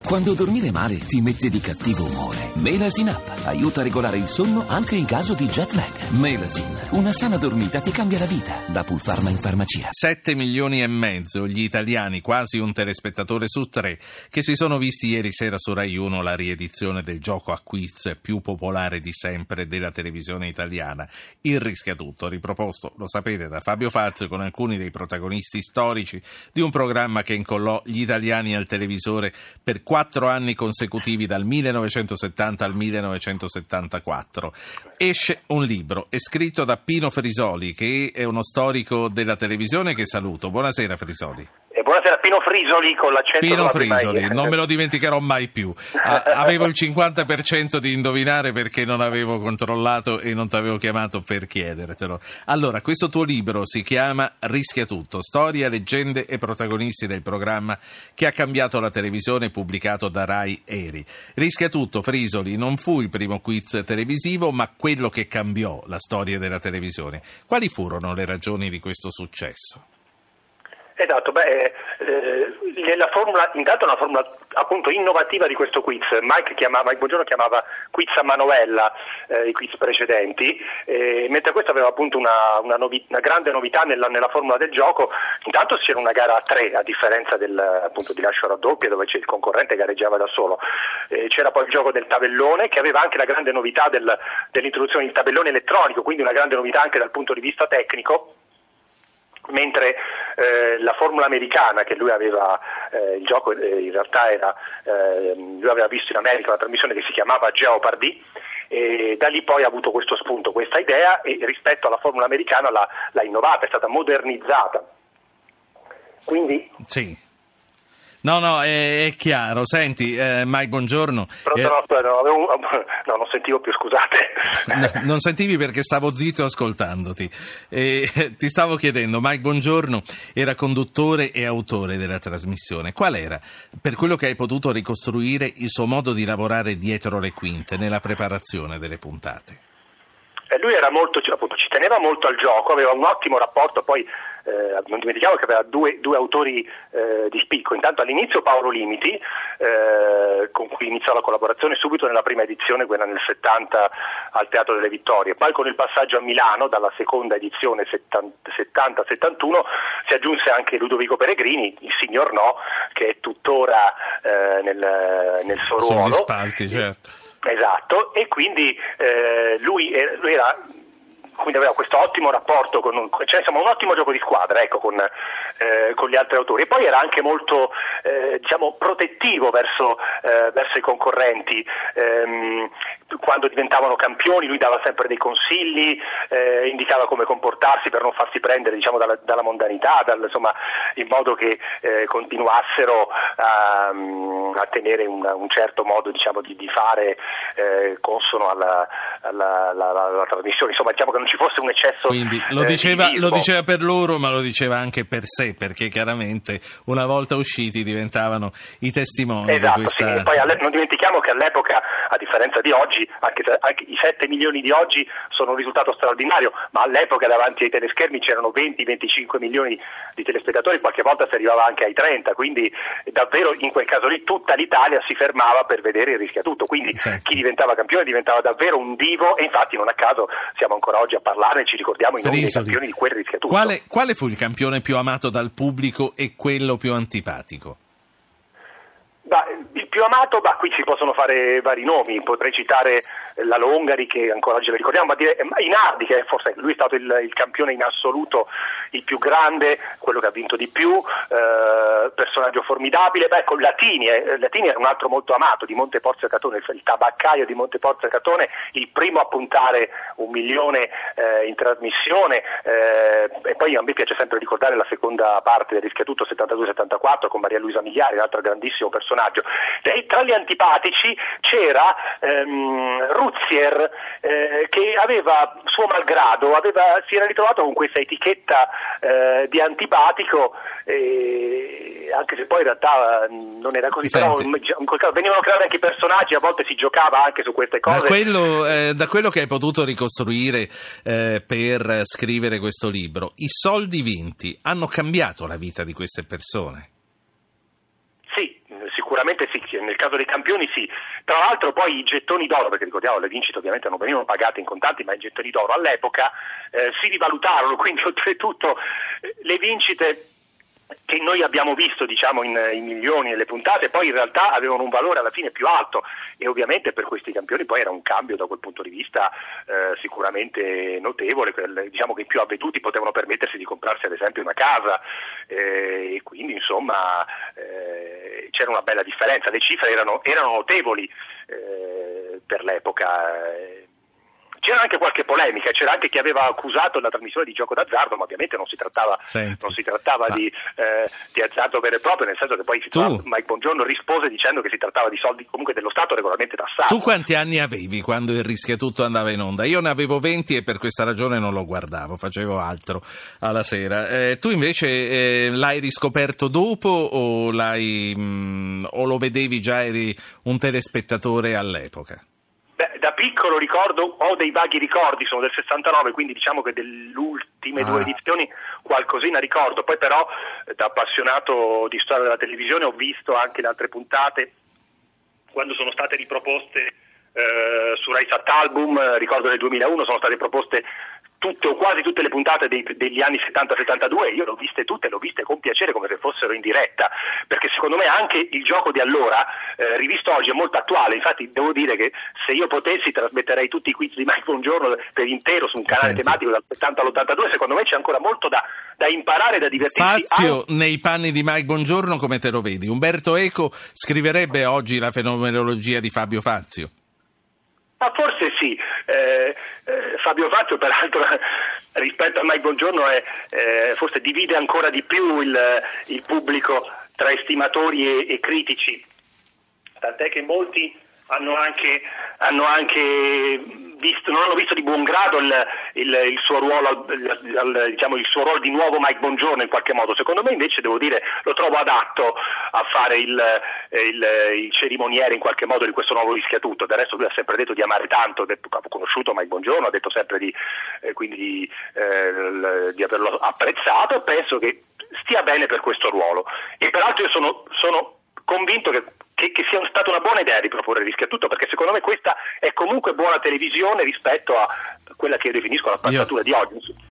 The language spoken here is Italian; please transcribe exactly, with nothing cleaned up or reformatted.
Quando dormire male ti mette di cattivo umore, Melasin Up aiuta a regolare il sonno anche in caso di jet lag. Melasin, una sana dormita ti cambia la vita. Da Pulpharma in farmacia. Sette milioni e mezzo gli italiani, quasi un telespettatore su tre, che si sono visti ieri sera su Rai uno la riedizione del gioco a quiz più popolare di sempre della televisione italiana, Il Rischiatutto, riproposto, lo sapete, da Fabio Fazio con alcuni dei protagonisti storici di un programma che incollò gli italiani al televisore per quattro anni consecutivi dal millenovecentosettanta al millenovecentosettantaquattro. Esce un libro, è scritto da Pino Frisoli, che è uno storico della televisione che saluto. Buonasera Frisoli. E buonasera, Pino Frisoli con l'accento. Pino prima Frisoli, I. non me lo dimenticherò mai più. A- avevo il cinquanta per cento di indovinare perché non avevo controllato e non ti avevo chiamato per chiedertelo. Allora, questo tuo libro si chiama Rischiatutto, storia, leggende e protagonisti del programma che ha cambiato la televisione, pubblicato da Rai Eri. Rischiatutto, Frisoli, non fu il primo quiz televisivo, ma quello che cambiò la storia della televisione. Quali furono le ragioni di questo successo? Esatto, beh, eh, la formula, intanto una formula appunto innovativa di questo quiz. Mike chiamava, Mike Bongiorno chiamava quiz a manovella eh, i quiz precedenti, eh, mentre questo aveva appunto una, una, novi, una grande novità nella, nella formula del gioco. Intanto c'era una gara a tre, a differenza del appunto di lascio raddoppia dove il concorrente gareggiava da solo. Eh, c'era poi il gioco del tabellone, che aveva anche la grande novità del, dell'introduzione del tabellone elettronico, quindi una grande novità anche dal punto di vista tecnico. Mentre eh, la formula americana che lui aveva, eh, il gioco eh, in realtà era, eh, lui aveva visto in America una trasmissione che si chiamava Jeopardy, e da lì poi ha avuto questo spunto, questa idea, e rispetto alla formula americana l'ha, l'ha innovata, è stata modernizzata. Quindi... Sì. No, no, è, è chiaro. Senti, eh, Mike, buongiorno. Pronto, eh... no, no, avevo, no, non sentivo più, scusate. No, non sentivi perché stavo zitto ascoltandoti. Eh, ti stavo chiedendo, Mike, buongiorno, era conduttore e autore della trasmissione. Qual era, per quello che hai potuto ricostruire, il suo modo di lavorare dietro le quinte, nella preparazione delle puntate? E lui era molto, appunto, ci teneva molto al gioco, aveva un ottimo rapporto, poi eh, non dimentichiamo che aveva due, due autori eh, di spicco. Intanto all'inizio Paolo Limiti, eh, con cui iniziò la collaborazione subito nella prima edizione, quella nel settanta al Teatro delle Vittorie. Poi con il passaggio a Milano, dalla seconda edizione settanta settantuno, si aggiunse anche Ludovico Peregrini, il signor No, che è tuttora eh, nel, nel suo ruolo. Sugli spalti, certo. Esatto, e quindi eh, lui, era, lui era quindi aveva questo ottimo rapporto con un, cioè insomma un ottimo gioco di squadra, ecco, con, eh, con gli altri autori, e poi era anche molto eh, diciamo protettivo verso, eh, verso i concorrenti. Ehm, quando diventavano campioni lui dava sempre dei consigli, eh, indicava come comportarsi per non farsi prendere, diciamo, dalla, dalla mondanità, dal, insomma, in modo che eh, continuassero a, a tenere un, un certo modo, diciamo, di, di fare eh, consono alla, alla, alla, alla, alla trasmissione, insomma, diciamo che non ci fosse un eccesso. Quindi lo diceva, eh, lo diceva per loro, ma lo diceva anche per sé, perché chiaramente una volta usciti diventavano i testimoni. Esatto, di questa... sì. E poi non dimentichiamo che all'epoca, a differenza di oggi, anche, se, anche i sette milioni di oggi sono un risultato straordinario, ma all'epoca davanti ai teleschermi c'erano venti venticinque milioni di telespettatori, qualche volta si arrivava anche ai trenta, quindi davvero in quel caso lì tutta l'Italia si fermava per vedere Il Rischiatutto, quindi esatto. Chi diventava campione diventava davvero un divo, e infatti non a caso siamo ancora oggi a parlarne, ci ricordiamo i nomi dei campioni di quel Rischiatutto. Quale, quale fu il campione più amato dal pubblico e quello più antipatico? Bah, il più amato, bah, qui si possono fare vari nomi, potrei citare la Longari, che ancora oggi la ricordiamo, ma dire Inardi, che forse lui è stato il, il campione in assoluto, il più grande, quello che ha vinto di più, eh, personaggio formidabile. Beh, con Latini, eh, Latini era un altro molto amato, di Monteporzio Catone, il tabaccaio di Monteporzio Catone, il primo a puntare un milione eh, in trasmissione, eh, e poi a me piace sempre ricordare la seconda parte del Rischiatutto settantadue settantaquattro con Maria Luisa Migliari, un altro grandissimo personaggio. E tra gli antipatici c'era ehm, Ruzier, eh, che aveva, suo malgrado, aveva, si era ritrovato con questa etichetta eh, di antipatico, eh, anche se poi in realtà non era così. Senti. Però in quel caso venivano creati anche i personaggi, a volte si giocava anche su queste cose. Da quello, eh, da quello che hai potuto ricostruire eh, per scrivere questo libro, i soldi vinti hanno cambiato la vita di queste persone? Sì, sicuramente sicuramente sì, nel caso dei campioni sì. Tra l'altro poi i gettoni d'oro, perché ricordiamo le vincite ovviamente non venivano pagate in contanti, ma i gettoni d'oro all'epoca eh, si rivalutarono, quindi oltretutto eh, le vincite che noi abbiamo visto, diciamo, in, in milioni nelle puntate, poi in realtà avevano un valore alla fine più alto, e ovviamente per questi campioni poi era un cambio da quel punto di vista eh, sicuramente notevole. Diciamo che i più avveduti potevano permettersi di comprarsi ad esempio una casa, eh, e quindi insomma eh, c'era una bella differenza, le cifre erano, erano notevoli eh, per l'epoca. eh. C'era anche qualche polemica, c'era anche chi aveva accusato la trasmissione di gioco d'azzardo, ma ovviamente non si trattava, non si trattava di, eh, di azzardo vero e proprio, nel senso che poi tu, Mike Bongiorno rispose dicendo che si trattava di soldi comunque dello Stato regolarmente tassati. Tu quanti anni avevi quando il Rischiatutto andava in onda? Io ne avevo venti e per questa ragione non lo guardavo, facevo altro alla sera. Eh, tu invece eh, l'hai riscoperto dopo o, l'hai, mh, o lo vedevi già, eri un telespettatore all'epoca? Beh, da piccolo ricordo, ho dei vaghi ricordi, sono del sessantanove, quindi diciamo che delle ultime ah. due edizioni qualcosina ricordo, poi però da appassionato di storia della televisione ho visto anche le altre puntate, quando sono state riproposte eh, su Rai Sat Album, ricordo nel duemilauno sono state proposte tutte o quasi tutte le puntate dei, degli anni settanta settantadue, io le ho viste tutte, le ho viste con piacere come se fossero in diretta, perché secondo me anche il gioco di allora, eh, rivisto oggi, è molto attuale. Infatti devo dire che se io potessi trasmetterei tutti i quiz di Mike Bongiorno per intero su un canale Senti. tematico dal settanta all'ottantadue, secondo me c'è ancora molto da, da imparare, da divertirsi. Fazio, anche... nei panni di Mike Bongiorno come te lo vedi? Umberto Eco scriverebbe oggi la fenomenologia di Fabio Fazio? Ma forse sì, eh, eh, Fabio Fazio peraltro rispetto a Mike Bongiorno è, eh, forse divide ancora di più il, il pubblico tra estimatori e, e critici, tant'è che molti hanno anche, hanno anche visto, non hanno visto di buon grado il, il, il suo ruolo, il, il, diciamo il suo ruolo di nuovo Mike Bongiorno in qualche modo. Secondo me invece devo dire lo trovo adatto a fare il, il, il cerimoniere in qualche modo di questo nuovo Rischiatutto. Del resto lui ha sempre detto di amare tanto, ha conosciuto Mike Bongiorno, ha detto sempre di, eh, quindi, eh, di averlo apprezzato, e penso che stia bene per questo ruolo. E peraltro io sono, sono convinto che Che, che sia stata una buona idea riproporre Rischiatutto, perché secondo me questa è comunque buona televisione rispetto a quella che io definisco la spazzatura di oggi.